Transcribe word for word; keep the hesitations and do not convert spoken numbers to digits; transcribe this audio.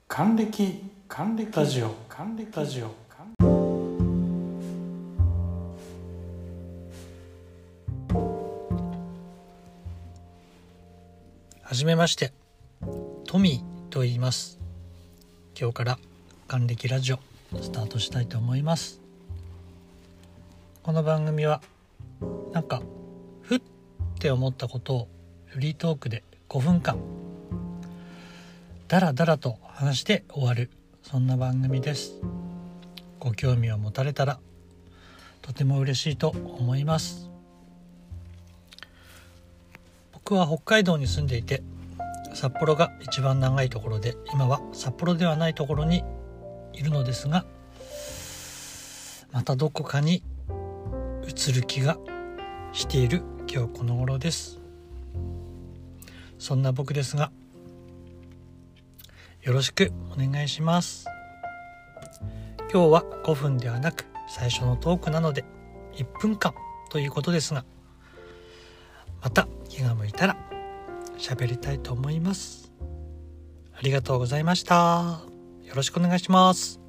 還暦還暦ラジオ還暦ラジオはじめまして、トミーと言います。今日から還暦ラジオスタートしたいと思います。この番組はなんかふって思ったことをフリートークでごふんかんだらだらと話して終わる、そんな番組です。ご興味を持たれたらとても嬉しいと思います。僕は北海道に住んでいて、札幌が一番長いところで、今は札幌ではないところにいるのですが、またどこかに移る気がしている今日この頃です。そんな僕ですが、よろしくお願いします。今日はごふんではなく最初のトークなのでいっぷんかんということですが、また気が向いたら喋りたいと思います。ありがとうございました。よろしくお願いします。